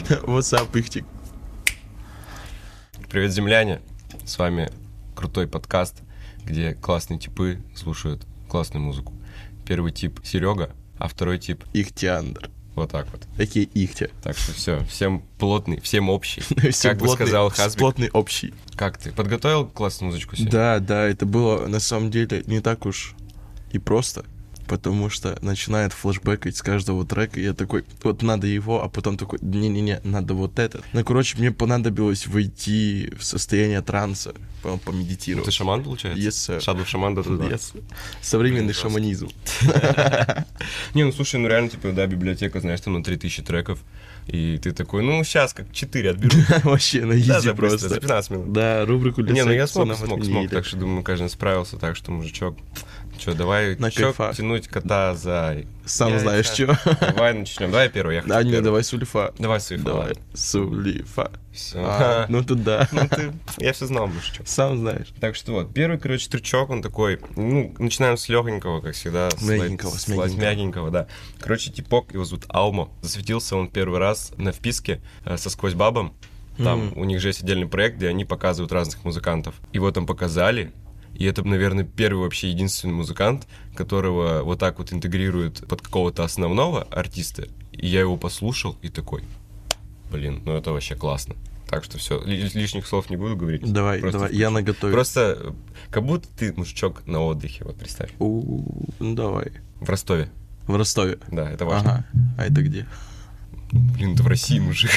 What's up, Ихтик? Привет, земляне! С вами крутой подкаст, где классные типы слушают классную музыку. Первый тип Серега, а второй тип Ихтиандр. Вот так вот. Такие Ихти. Так что все, всем плотный, всем общий. Как бы сказал Хазбик. Плотный общий. Как ты? Подготовил классную музычку сегодня? Да, это было на самом деле не так уж и просто. Потому что начинает флешбэкать с каждого трека, и я такой, вот надо его, а потом такой, не-не-не, надо вот этот. Ну, короче, мне понадобилось войти в состояние транса, помедитировать. Ты шаман, получается? Yes, sir. Shadow шаман, да. Yes. Современный шаманизм. Не, ну слушай, ну реально, типа, да, библиотека, знаешь, там на 3000 треков, и ты такой, ну, сейчас как 4 отберу. Вообще, на изи просто. За 15 минут. Да, рубрику для Не, ну я секса смог, так что, думаю, каждый справился, так что, мужичок, что, давай тянуть кота за... Сам знаешь, что. Давай начнем. Давай первый, я хочу Да, не, первый. давай Сулифа. Давай Сулифа. Давай, Сулифа. Все. Ну тут да. Ну ты, я все знал, мужичок. Сам знаешь. Так что вот, первый, короче, трючок, он такой, ну, начинаем с легенького, как всегда. С мягенького, да. Короче, типок, его зовут Алмо. Засветился он первый раз на вписке со «Сквозь бабом». Там у них же есть отдельный проект, где они показывают разных музыкантов. Его там показали. И это, наверное, первый вообще единственный музыкант, которого вот так вот интегрируют под какого-то основного артиста. И я его послушал и такой, блин, ну это вообще классно. Так что все, лишних слов не буду говорить. Давай, я наготове. Просто как будто ты, мужичок, на отдыхе, вот представь. Ну давай. В Ростове. В Ростове? Да, это важно. Ага, а это где? Блин, это в России, мужик.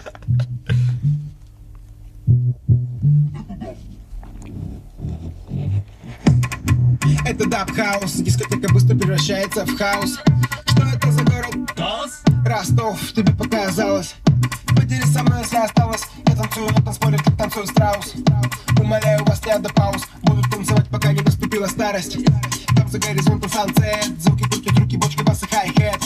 Это даб-хаус, дискотека быстро превращается в хаос. Что это за город? Ростов, тебе показалось. Поделись со мной, если осталось. Я танцую на танцполе, как танцует страус. Умоляю вас, не до пауз. Буду танцевать, пока не наступила старость. Там за горизонтом сансет. Звуки крутят руки, бочки, басы, хай-хет.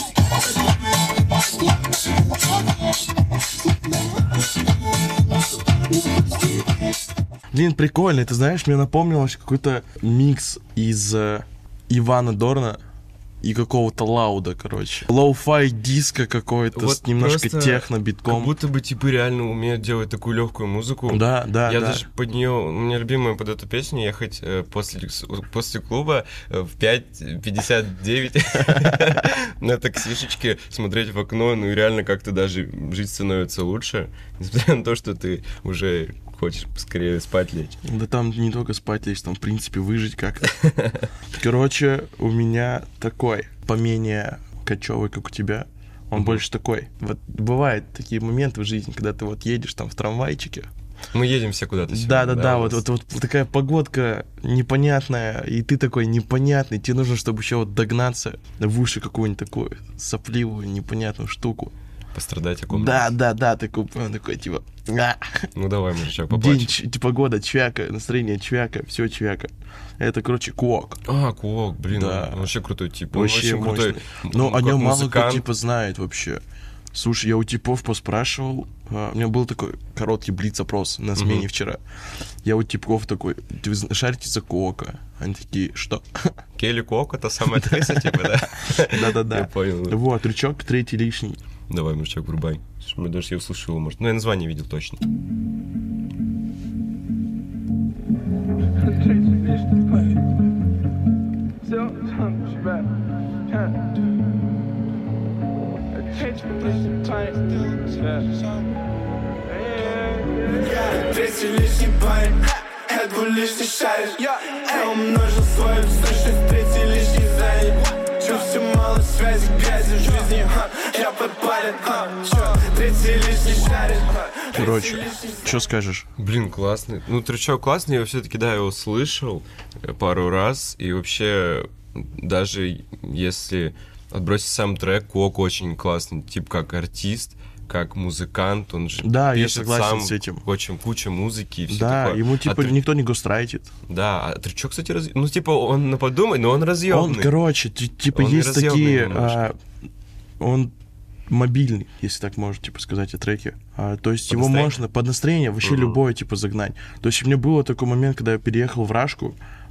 Блин, прикольно, ты знаешь, мне напомнилось какой-то микс из Ивана Дорна и какого-то Лауда, короче. Лоу-фай диско какой-то вот с немножко Как техно-битком. будто бы типы реально умеют делать такую легкую музыку. Да. Я даже под нее, у меня любимая под эту песню ехать после клуба в 5:59 на таксишечке, смотреть в окно, ну и реально как-то даже жить становится лучше, несмотря на то, что ты уже хочешь скорее спать лечь. Да там не только спать лечь, там в принципе выжить как-то. Короче, у меня такой, поменее кочевый, как у тебя. Он больше такой. Вот бывают такие моменты в жизни, когда ты вот едешь там в трамвайчике. Мы едем все куда-то сегодня. Да, вот такая погодка непонятная, и ты такой непонятный. Тебе нужно, чтобы еще вот догнаться в уши какую-нибудь такую сопливую, непонятную штуку. Пострадать о ком-то. Да, такой типа... Ну давай, мужичок, поплачь. День, погода, чвяка, настроение чвяка, все чвяка. Это, короче, Куок. Куок, блин, да. Он вообще крутой тип. Вообще он крутой. Но о нем мало кто типа знает вообще. Слушай, я у типов поспрашивал. У меня был такой короткий блиц-опрос на смене вчера. Я у типов такой, вы шарите за Куока? Они такие, что? Келли Куок — это самая актриса, типа, да? Да. Я понял. Вот, трючок третий лишний. Давай, мужичок, врубай. Я даже я услышал его, может. Ну, я название видел точно. Третий лишний парень, я твой лишний шарик. Я умножил свою сущность, третий лишний занят. Чувствую мало связи, грязи в жизни, я подпален, третий лишний шарик. Короче, что скажешь? Блин, классный. Ну, трючок классный, я все-таки, да, его слышал пару раз, и вообще, даже если отбросить сам трек, Куок очень классный, тип как артист, как музыкант, он же я пишет согласен сам с этим. очень куча музыки и все да, такое. Ему типа никто не гострайтит. Да, а трючок, кстати, ну типа он на подумай, но он разъемный. Он, короче, типа он есть такие, он мобильный, если так можно типа сказать о треке. То есть под его настроение? Можно под настроение вообще любое типа загнать. То есть у меня был такой момент, когда я переехал в Рашку.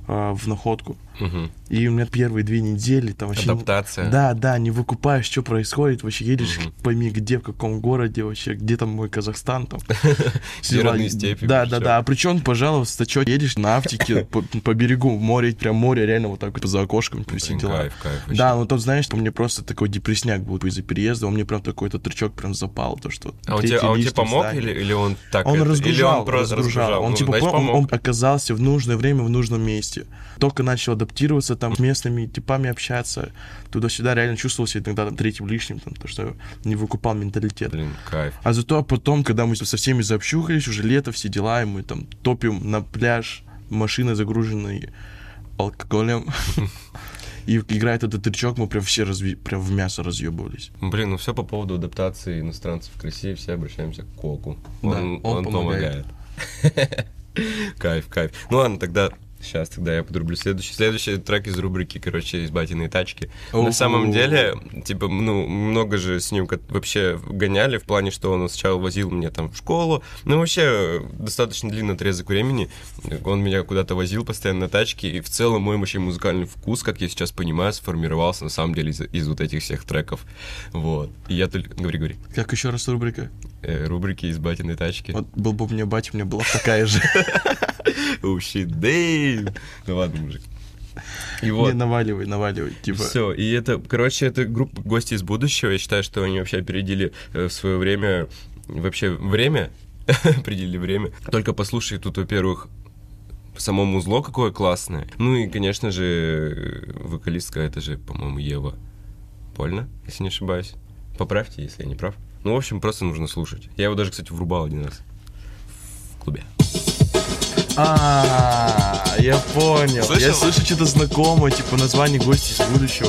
в находку. И у меня первые 2 недели там вообще... Адаптация. Да, не выкупаешь, что происходит. Вообще едешь, пойми, где, в каком городе вообще, где там мой Казахстан. Там. Где родные степи. Да. А причем, пожалуйста, что, едешь на Автике по берегу моря, прям море, реально вот так вот за окошком, все дела. Кайф. Да, ну там, знаешь, мне просто такой депрессняк был из-за переезда, он мне прям такой-то тречок прям запал, то что... А он тебе помог или он так... Он разгружал. Он, ну, он оказался в нужное время в нужном месте. Только начал адаптироваться, там, с местными типами общаться, туда-сюда, реально чувствовал себя иногда там, третьим лишним, там, то, что не выкупал менталитет. Блин, кайф. А зато потом, когда мы со всеми заобщухались, уже лето, все дела, и мы там топим на пляж, машины загруженные алкоголем, и играет этот тречок, мы прям все прям в мясо разъебывались. Блин, ну все по поводу адаптации иностранцев в России, все обращаемся к Коку. Он помогает. Кайф. Ну ладно, тогда я подрублю следующий трек из рубрики, короче, из батиной тачки. На самом деле, типа, ну, много же с ним вообще гоняли, в плане, что он сначала возил меня там в школу. Ну, вообще, достаточно длинный отрезок времени. Он меня куда-то возил постоянно на тачке, и в целом мой вообще музыкальный вкус, как я сейчас понимаю, сформировался на самом деле из вот этих всех треков. Вот. И я только... Говори. Как еще раз рубрика? Рубрики из батиной тачки. Вот был бы у меня батя, у меня была такая же. Oh shit, damn. Ну ладно, мужик. И вот. Не, наваливай, типа. Все, и это, короче, это группа «Гости из будущего». Я считаю, что они вообще опередили в свое время, определили время. Только послушай тут, во-первых, само музло какое классное. Ну и, конечно же, вокалистка, это же, по-моему, Ева Польна, если не ошибаюсь. Поправьте, если я не прав. Ну, в общем, просто нужно слушать. Я его даже, кстати, врубал один раз в клубе. Я понял. Слышал? Я слышу что-то знакомое, типа название «Гости из будущего».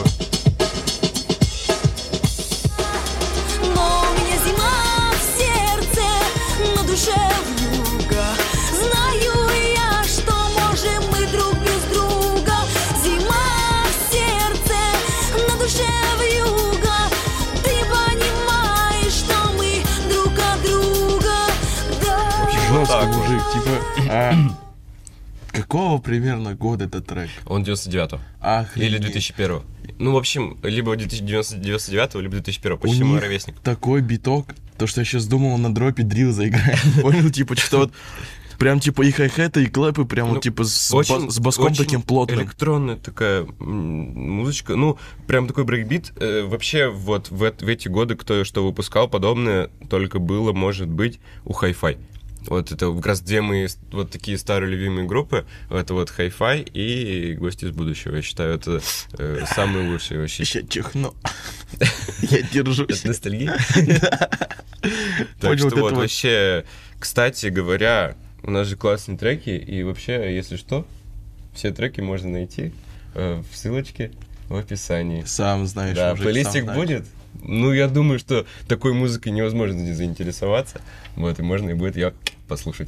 Но у меня зима в сердце, на душе вьюга. Знаю я, что можем мы друг без друга. Зима в сердце, на душе вьюга. Ты понимаешь, что мы друг от друга. Да. Жестко, мужик, типа... Какого примерно года этот трек? Он 99-го. Охренеть. Или 2001-го. Ну, в общем, либо 99-го, либо 2001-го. Почти У мой них ровесник. такой биток, то, что я сейчас думал, на дропе дрил заиграет. Понял, типа, что вот... Прям, типа, и хай-хеты, и клэпы, прям, вот, типа, с баском таким плотным. Электронная такая музычка. Ну, прям такой брейкбит. Вообще, вот в эти годы, кто что выпускал, подобное только было, может быть, у Hi-Fi. Вот это как раз две мои вот такие старые любимые группы. Это вот Hi-Fi и «Гости из будущего». Я считаю, это самые лучшие вообще. Еще техно. Я держусь. Это ностальгия? Так что вот вообще, кстати говоря, у нас же классные треки, и вообще, если что, все треки можно найти в ссылочке в описании. Сам знаешь. Да, плейлистик будет. Ну, я думаю, что такой музыкой невозможно не заинтересоваться. Вот, и можно и будет ее послушать.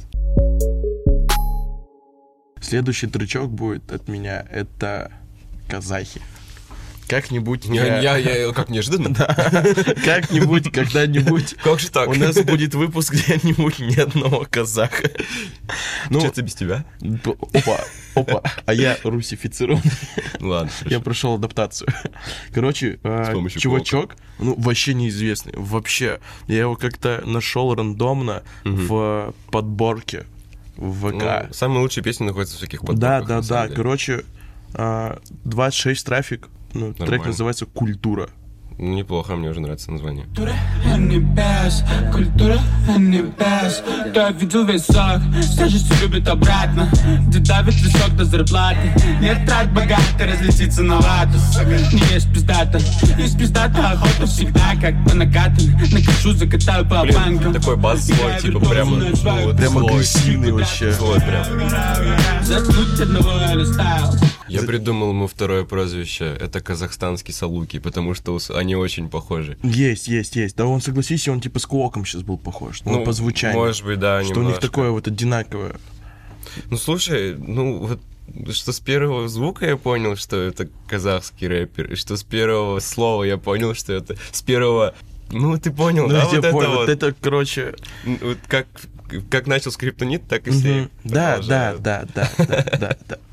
Следующий тречок будет от меня, это казахи. Как-нибудь... Я как неожиданно. Да. Как-нибудь, когда-нибудь... Как же так? У нас будет выпуск где-нибудь ни одного казаха. Что-то без тебя? Опа. А я русифицированный. Ладно, Я прошел адаптацию. Короче, чувачок, ну, вообще неизвестный. Вообще. Я его как-то нашел рандомно в подборке в ВК. Самые лучшие песни находятся в всяких подборках. Да. Короче, 26 трафик. Ну, трек называется «Культура». Неплохо, мне уже нравится название. Культура небес. Кто видел висок, тяжестью любит обратно. Где давит висок до зарплаты. Нет трат богато, разлетится на вату. Не есть пиздата, есть пиздата охота всегда, как по накатанной. Накачу, закатаю по банкам. Такой бас злой, типа прямо агрессивный вообще. Злой прям. Заткнуть одного листайл. Я придумал ему второе прозвище. Это казахстанский Салуки, потому что они очень похожи. Есть. Да он, согласись, он типа с Куоком сейчас был похож. Ну, по звучанию. Может быть, да, что немножко. У них такое вот одинаковое. Ну, слушай, вот что с первого звука я понял, что это казахский рэпер, и что с первого слова я понял, что это с первого... Ну, ты понял, да? Я понял, вот это, короче... Вот как начал Скриптонит, так и все. Да.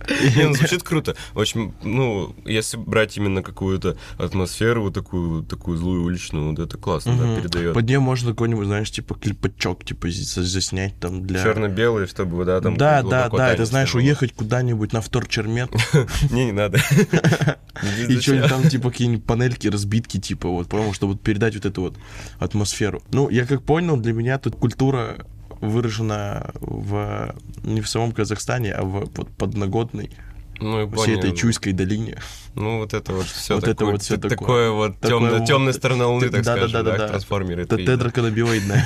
Не, ну звучит круто. Очень, ну, если брать именно какую-то атмосферу, вот такую злую уличную, вот это классно, да, передает. Под нее можно какой-нибудь, знаешь, типа клипачок, типа заснять там для... Черно-белый, чтобы, да, там... Да, это, знаешь, уехать куда-нибудь на вторчермет. Не надо. И что-нибудь там, типа, какие-нибудь панельки, разбитки, типа, вот, потому что вот передать вот эту вот атмосферу. Ну, я как понял, для меня тут культура выражена не в самом Казахстане, а в подноготной, всей этой Чуйской долине. Ну, вот это вот все вот такое, это вот все такое вот темная сторона Луны, так скажем, да, трансформеры. Это тетраканабиоидная.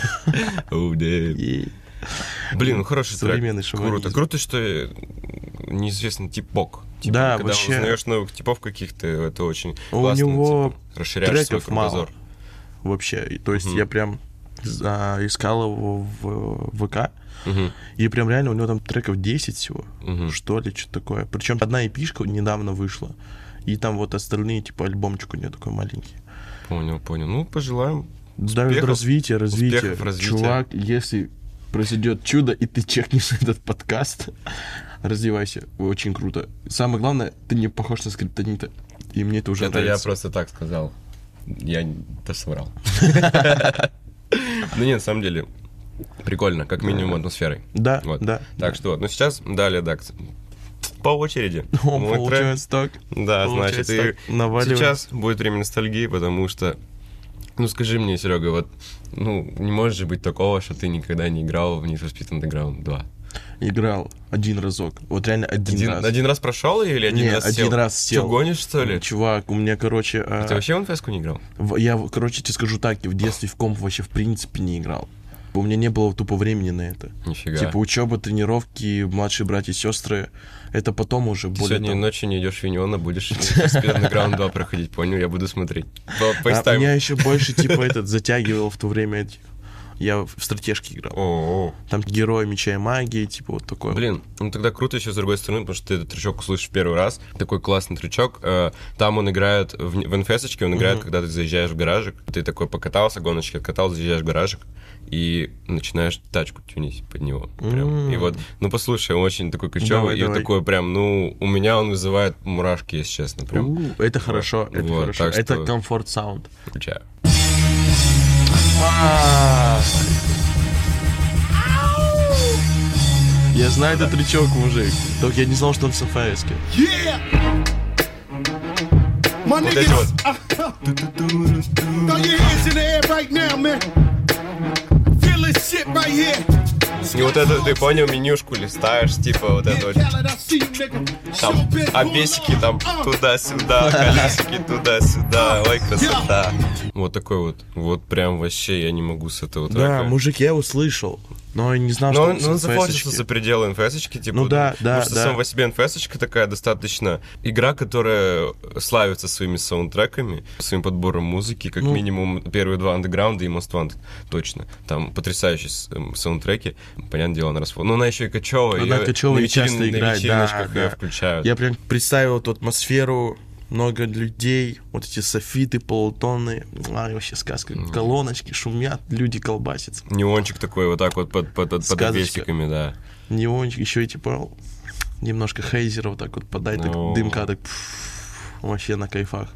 Блин, ну хороший современный трек. Круто, что неизвестный типок. Да, когда вообще. узнаешь новых типов каких-то, это очень у классно. него расширяешь свой треков мало. кругозор. Вообще. То есть я прям искал его в ВК, и прям реально у него там треков 10 всего, что ли, что-то такое. Причем одна эпишка недавно вышла, и там вот остальные, типа, альбомчик у него такой маленький. Понял. Ну, пожелаем развития. Успехов. Чувак, если произойдет чудо, и ты чекнешь этот подкаст, развивайся. Очень круто. Самое главное, ты не похож на Скриптонита. И мне это уже нравится. Я просто так сказал. Я даже соврал. Ну нет, на самом деле, прикольно, как минимум атмосферой. Да. Так что, ну сейчас далее, да, по очереди. Получается так. Да, значит, и сейчас будет время ностальгии, потому что, ну скажи мне, Серега, вот, ну не может же быть такого, что ты никогда не играл в Need for Speed Underground 2. Играл один разок. Вот реально один раз. Один раз прошел или один раз сел? Один раз сел. Что, гонишь, что ли? Чувак, у меня, короче... Ты вообще в НФС-ку не играл? Я, короче, тебе скажу так, я в детстве в комп вообще в принципе не играл. У меня не было тупо времени на это. Нифига. Типа учеба, тренировки, младшие братья и сестры. Это потом уже ты более... сегодня ночью не идешь в Виньона, будешь Speed Underground 2 проходить, понял? Я буду смотреть. Меня еще больше, типа, затягивал в то время эти... Я в стратежке играл. Там герой меча и магии, типа вот такой. Блин, ну тогда круто еще с другой стороны, потому что ты этот трючок услышишь в первый раз. Такой классный трючок. Там он играет в НФС-очке, он играет, когда ты заезжаешь в гаражик. Ты такой покатался, гоночки откатал, заезжаешь в гаражик и начинаешь тачку тюнить под него. Прям. И вот, ну послушай, он очень такой кочевый. И такой прям, ну, у меня он вызывает мурашки, если честно. Прям. Это хорошо, это вот, хорошо. Это комфорт-саунд. Включаю. Я знаю этот трючок, мужик. Только я не знал, что он в СФС-ке. Вот эти вот. И вот это, ты понял, менюшку листаешь, типа вот это вот. Там обесики там туда-сюда, колесики туда-сюда. Ой, красота. Вот такой вот. Вот прям вообще я не могу с этого трека. Да, мужик, я его слышал. Но я не знал, что он зафорсился за пределы НФС-очки, типа. Ну да. Потому что сама по себе НФС-очка такая достаточно игра, которая славится своими саундтреками, своим подбором музыки, как минимум первые два Underground и Most Wanted, точно. Там потрясающие саундтреки. Понятное дело, она расфорсилась. Но она еще и кочевая. Она кочевая и часто играет, на вечериночках ее включают. Я прям представил эту атмосферу, много людей, вот эти софиты, полутонные, вообще сказка, колоночки шумят, люди колбасятся. Неончик такой вот так вот под обвесиками, да. Неончик, еще и типа немножко хейзера вот так вот подай, так дымка, так вообще на кайфах.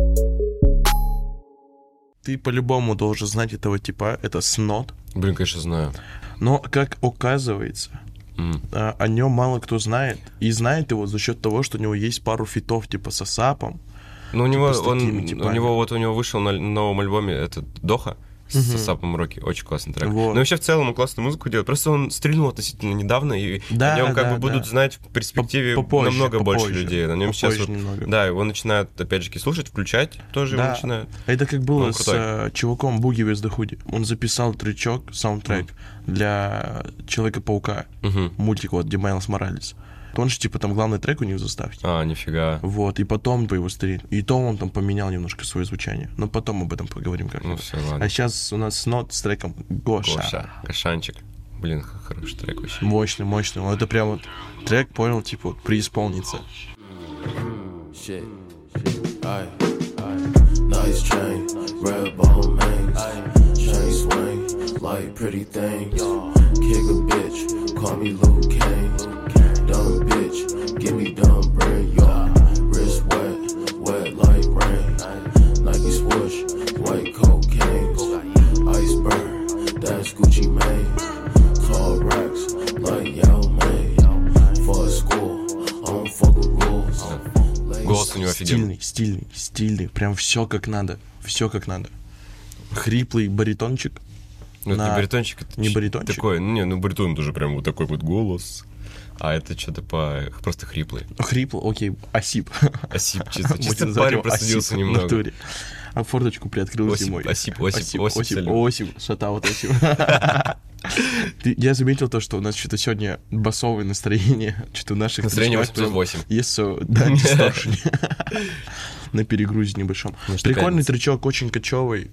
Ты по-любому должен знать этого типа, это Snot. Блин, конечно, знаю. Но, как оказывается, о нем мало кто знает. И знает его за счет того, что у него есть пару фитов типа с Асапом. Ну, у него вышел на новом альбоме этот Доха с Асапом Роки. Очень классный трек. Вот. Но вообще в целом он классную музыку делает. Просто он стрельнул относительно недавно, и о нем как бы будут знать в перспективе намного больше людей. На нем сейчас да, его начинают опять же слушать, включать тоже его начинают. Это как было с чуваком Буги With The Hoodie. Он записал трючок, саундтрек для Человека-паука, мультик вот, где Майлз Моралес. Он же, типа, там главный трек у них в заставке. Нифига. Вот, и потом по его стрель. И то он там поменял немножко свое звучание. Но потом об этом поговорим как-то. Ну, все, ладно. А сейчас у нас Snot с треком Гоша. Гошанчик. Блин, хороший трек вообще. Мощный. Это прям вот трек, понял, типа, вот, преисполнится. Nice chain, red bone mains, chain swing, like pretty things. Kick a bitch, call me Luke Kane. Dumb bitch, give me у него офигенно. Стильный. Прям все как надо. Хриплый баритончик. Ну, это не баритончик, это не баритончик. Такой, ну баритон тоже прям вот такой вот голос. А это что-то просто хриплый. Хриплый, окей, осип. Осип, чисто парень просадился немного. А форточку приоткрыл зимой. Осип, шатаут Осип. Я заметил то, что у нас что-то сегодня басовое настроение. Что-то у наших... Настроение 8+8. Есть, да, дисторшн. На перегрузе небольшом. Прикольный тречок, очень кочевый.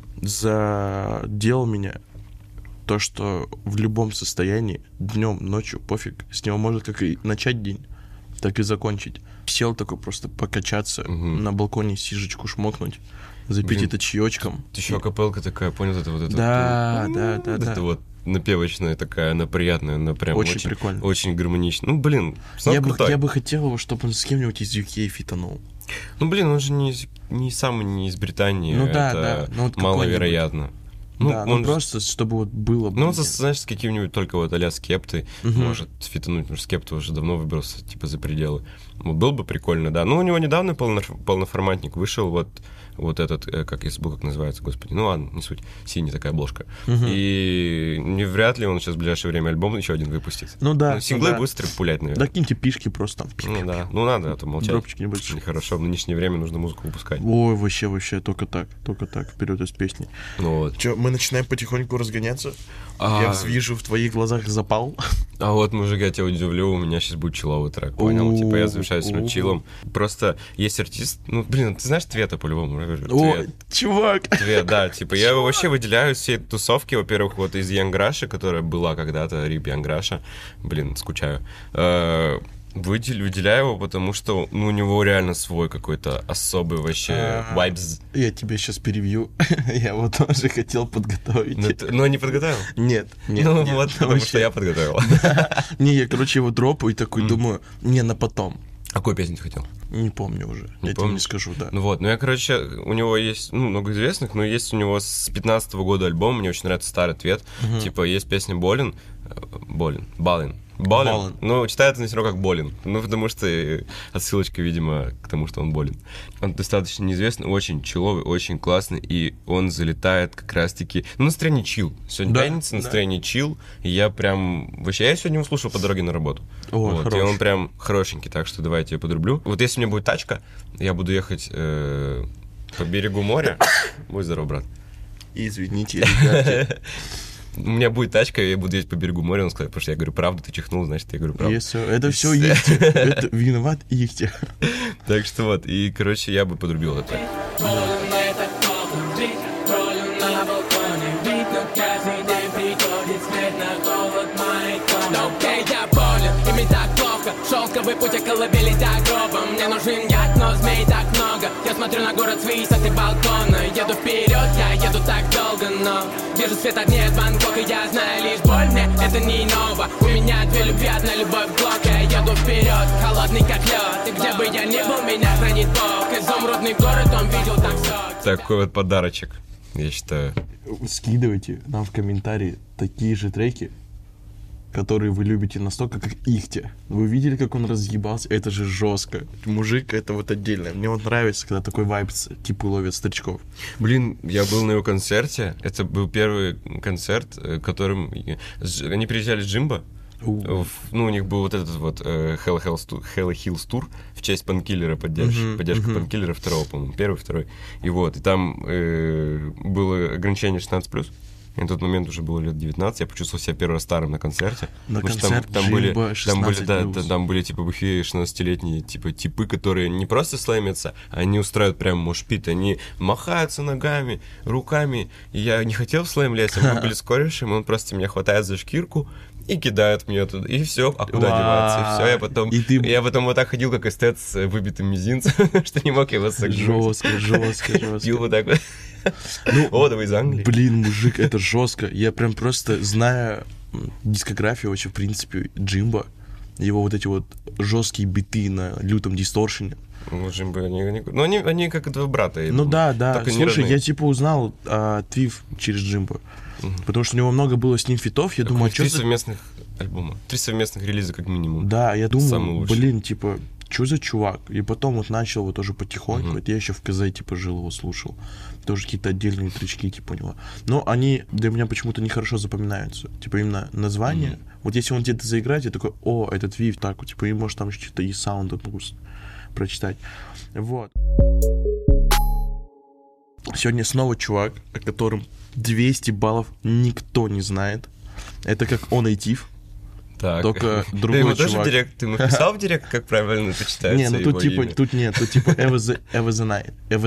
Задел меня то, что в любом состоянии, днем, ночью, пофиг, с него можно как и начать день, так и закончить. Сел такой просто покачаться, на балконе сижечку шмокнуть, запить это чаечком. Еще акапелка такая, понял, это вот это. Да. Это вот напевочная такая, она приятная, она прям очень прикольно. Очень гармоничная. Ну, блин, я бы хотел его, чтобы он с кем-нибудь из UK фитанул. Ну, блин, он же не из Британии. Ну это вот маловероятно. Он просто, чтобы вот было... Ну, он, знаешь, с каким-нибудь только вот а-ля Скептой может фитануть, потому что Скепта уже давно выбрался, типа, за пределы. Вот, было бы прикольно, да. Ну, у него недавно полноформатник вышел, вот этот, как я забыл, как называется, господи. Ну, ладно, не суть. Синяя такая обложка. И вряд ли он сейчас в ближайшее время альбом еще один выпустит. Ну, да. Синглы быстро пулять, наверное. Да, какие-то пишки просто. Ну, да. Ну, надо, а то молчать. Дропчики небольшие. Нехорошо. В нынешнее время нужно музыку выпускать. Ой, вообще, только так, вперед из песни. Ну, вот. Че, мы начинаем потихоньку разгоняться? Я вижу в твоих глазах запал. А вот, мужик, я тебя удивлю, у меня сейчас будет чилловый трек, понял? Типа я завершаюсь своим чиллом. Просто есть артист, ну, блин, ты знаешь Твета по-любому? О, чувак! Твет, да, типа я его вообще выделяю из всей тусовки, во-первых, вот из Янграши, которая была когда-то, Рип Янграша, блин, скучаю. Выделяю его, потому что у него реально свой какой-то особый вообще вайбс. Я тебя сейчас перебью. Я его тоже хотел подготовить. Но не подготовил? Нет. Ну вот, потому что я подготовил. Не, я, короче, его дропаю и такой думаю, на потом. Какую песню ты хотел? Не помню уже. Я тебе не скажу, да. Ну вот, я, короче, у него есть, много известных, но есть у него с 15-го года альбом, мне очень нравится старый Твет. Типа, есть песня Балин. Ну, читается на все равно как Болин. Ну, потому что отсылочка, видимо, к тому, что он болен. Он достаточно неизвестный, очень чилловый, очень классный, и он залетает как раз-таки... Ну, настроение чилл. Сегодня пятница, настроение чилл, и я прям... Вообще, я сегодня его слушал по дороге на работу. И он прям хорошенький, так что давайте я подрублю. Вот если у меня будет тачка, я буду ехать по берегу моря. Будь здоров, брат. Извините, ребята. У меня будет тачка, я буду ездить по берегу моря, он сказал, потому что я говорю правду, ты чихнул, значит, я говорю правду. Это все Ихте, это виноват Ихте. Так что вот, и, короче, я бы подрубил это. Шелковый путь околобели до гроба. Мне нужен яд, но змей так много. Я смотрю на город с высоты балкона. Еду вперед, я еду так долго, но вижу свет огней от Бангкока. Я знаю лишь боль, мне это не ново. У меня две любви, одна любовь Глок. Я еду вперед, холодный как лед. И где бы я ни был, меня хранит Бог. Изумрудный город, он видел там все. Такой вот подарочек, я считаю. Скидывайте нам в комментарии такие же треки, которые вы любите настолько, как Ихте. Вы видели, как он разъебался? Это же жестко. Мужик, это вот отдельно. Мне вот нравится, когда такой вайбс типа ловят старичков. Блин, я был на его концерте. Это был первый концерт, которым... Они приезжали с Джимбо. Ну, у них был вот этот вот Hella Hills Tour в честь Панкиллера, поддержка Панкиллера второго, по-моему, первый, второй. И вот, и там было ограничение 16+. И на тот момент уже было лет 19, я почувствовал себя первый раз старым на концерте. На концерт там были типа бухие 16-летние типы, которые не просто слэмятся, они устраивают прям мошпит, они махаются ногами, руками. И я не хотел в слэм лезть, мы были с корешем, и он просто меня хватает за шкирку и кидает мне туда, и все, а куда деваться, и все, я потом вот так ходил, как эстет с выбитым мизинцем, что не мог его согнуть. Жестко. Пил вот так вот. О, да вы из Англии. Блин, мужик, это жестко. Я прям просто, зная дискографию вообще, в принципе, Джимбо, его вот эти вот жесткие биты на лютом дисторшене. Ну, Джимбо, они как два брата. Ну да. Слушай, я типа узнал Твиф через Джимбо. Потому что у него много было с ним фитов. Я думаю, 3 совместных альбома. 3 совместных релиза как минимум. Да, я думаю, блин, типа, что за чувак? И потом вот начал его тоже потихоньку. Это я еще в КЗ, типа, жил, его слушал. Тоже какие-то отдельные тречки, типа, у него. Но они для меня почему-то нехорошо запоминаются. Типа, именно название. Вот если он где-то заиграет, я такой, о, этот Вив, так вот, типа, и может там еще что-то и саунды могу прочитать. Вот. Сегодня снова чувак, о котором 200 баллов никто не знает. Это как он Айтив. Так. Только Ты другой ему чувак. тоже в директ, ты ему писал в директ, как правильно это читается? Не, ну его тут типа, имя? тут нет, тут типа Эваза.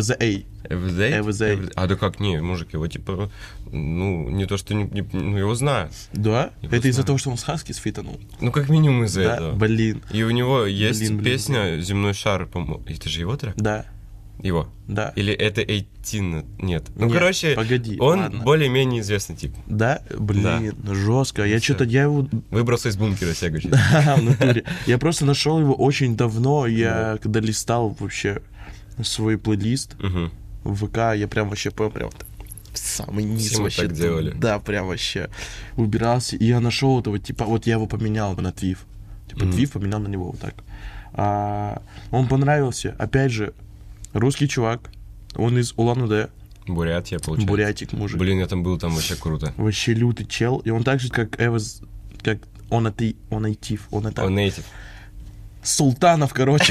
А, да как, не, мужик, его типа, ну, не то, что ну, его знают. Да? Его Это из-за знают. того, что он с Хаски сфитанул? Ну, как минимум из-за Да, этого. блин. И у него есть Блин. песня «Земной шар», по-моему. Это же его трек? Да, Его? да. Или это 18? Нет. Ну, Нет, короче, погоди, он ладно. более-менее известный тип. Да? Блин, жестко. Я Всё. что-то, я его... Выбрался из бункера Сега. В натуре. Я просто нашел его очень давно. Я когда листал вообще свой плейлист в ВК, я прям вообще прям в самый низ Все мы вообще. так делали. Да, прям вообще убирался. И я нашел этого типа, вот я его поменял на Твив. Типа Твив поменял на него вот так. Он понравился. Опять же, русский чувак. Он из Улан-Удэ. Бурятия, получается. Бурятик, мужик. Блин, я там был, там вообще круто. Вообще лютый чел. И он так же, как Эваз, как он Айтив. Он это... Он нейтив. Султанов, короче.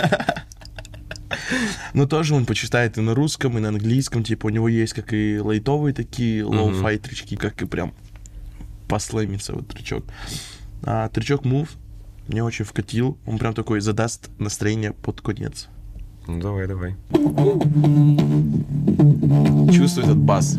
Но тоже он почитает и на русском, и на английском. Типа у него есть как и лайтовые такие лоу-фай тречки, как и прям послэмиться вот тречок. Тречок Move мне очень вкатил. Он прям такой задаст настроение под конец. Ну, давай. Чувствую этот бас.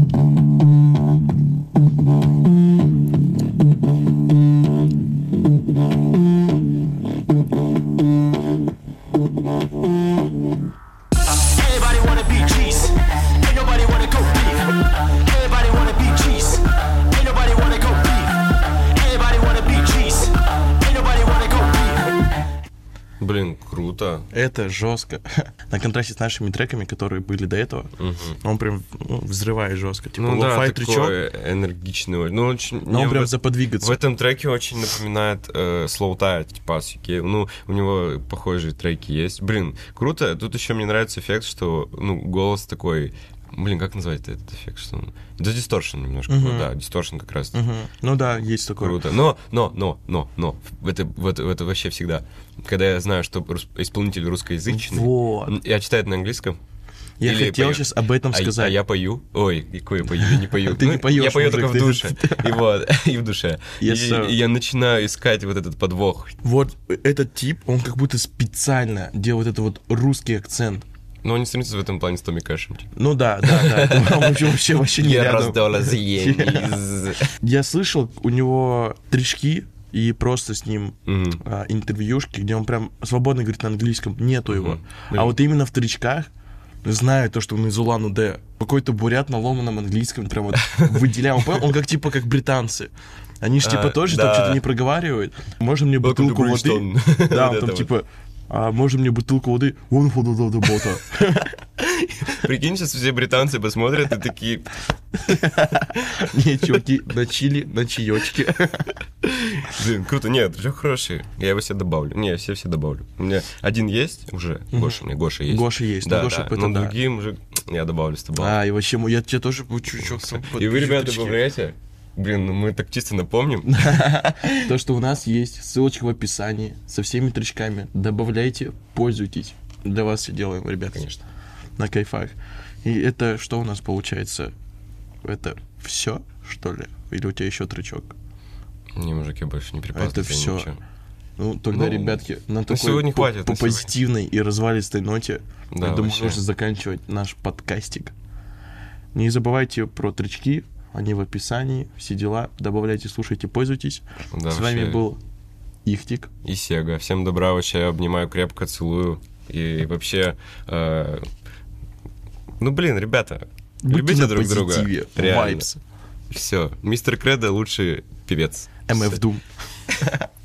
Everybody wanna be cheese. Ain't nobody wanna go beef. Everybody wanna be cheese. Ain't nobody wanna go beef. Everybody wanna be cheese. Ain't nobody wanna go beef. Блин, круто. Это жестко. На контрасте с нашими треками, которые были до этого, он прям взрывает жестко. Типа Ну да, лоу-фай такой тречок, энергичный. Ну, очень... но он мне прям в заподвигаться. этом треке очень напоминает Slow Tide, типа Асики. Ну, у него похожие треки есть. Блин, круто. Тут еще мне нравится эффект, что, ну, голос такой... Блин, как назвать этот эффект? Что он... Да, дисторшн немножко. Да, дисторшн как раз. Ну да, есть такое. Круто. Но, это вообще всегда. Когда я знаю, что исполнитель русскоязычный, Вот. я читаю это на английском. Я или хотел пою. сейчас об этом сказать. А я пою. Ой, какой я пою? Я не пою. Ты не поёшь, Я пою только в мужик, душе. И вот, и в душе. Yes, sir. И я начинаю искать вот этот подвох. Вот этот тип, он как будто специально делает это вот русский акцент. Но он не стремится в этом плане с Томми Кэшем. типа. Ну да, это вообще не Я рядом. раздала зиениз. Я слышал у него тречки и просто с ним интервьюшки, где он прям свободно говорит на английском, нету его. А вот именно в тречках, зная то, что он из Улан-Удэ, какой-то бурят на ломаном английском прям вот выделял. Он как типа как британцы. Они же типа тоже там что-то не проговаривают. Можно мне бутылку воды? Да, он там типа... можно мне бутылку воды? Прикинь, сейчас все британцы посмотрят и такие... Не, чуваки, на чили, на чаечке. Блин, круто. Нет, все хороший. Я его себе добавлю. Не, я все добавлю. У меня один есть уже. Гоша, у меня Гоша есть. Гоша есть. Да, Гоша, да. это Но да. другим уже я добавлю с тобой. И вообще, я тебе тоже чуть-чуть... И вы, ребята, добавляете? Блин, ну мы так чисто напомним. То, что у нас есть ссылочка в описании со всеми тречками. Добавляйте, пользуйтесь. Для вас все делаем, ребят. Конечно. На кайфах. И это что у нас получается? Это все, что ли? Или у тебя еще тречок? Не, мужик, я больше не припасываю. Это все. Ну, тогда, Ну, ребятки, на такой сегодня хватит, по на сегодня. позитивной и развалистой ноте, Да, я думаю, вообще. нужно заканчивать наш подкастик. Не забывайте про тречки, они в описании, все дела. Добавляйте, слушайте, пользуйтесь. Да, С вами вообще. был Ихтик. И Сега. Всем добра, вообще обнимаю крепко, целую. И вообще... Ну, блин, ребята, Будьте любите на друг позитиве, друга. Реально. vibes. Все. Мистер Кредо лучший певец. MF Doom.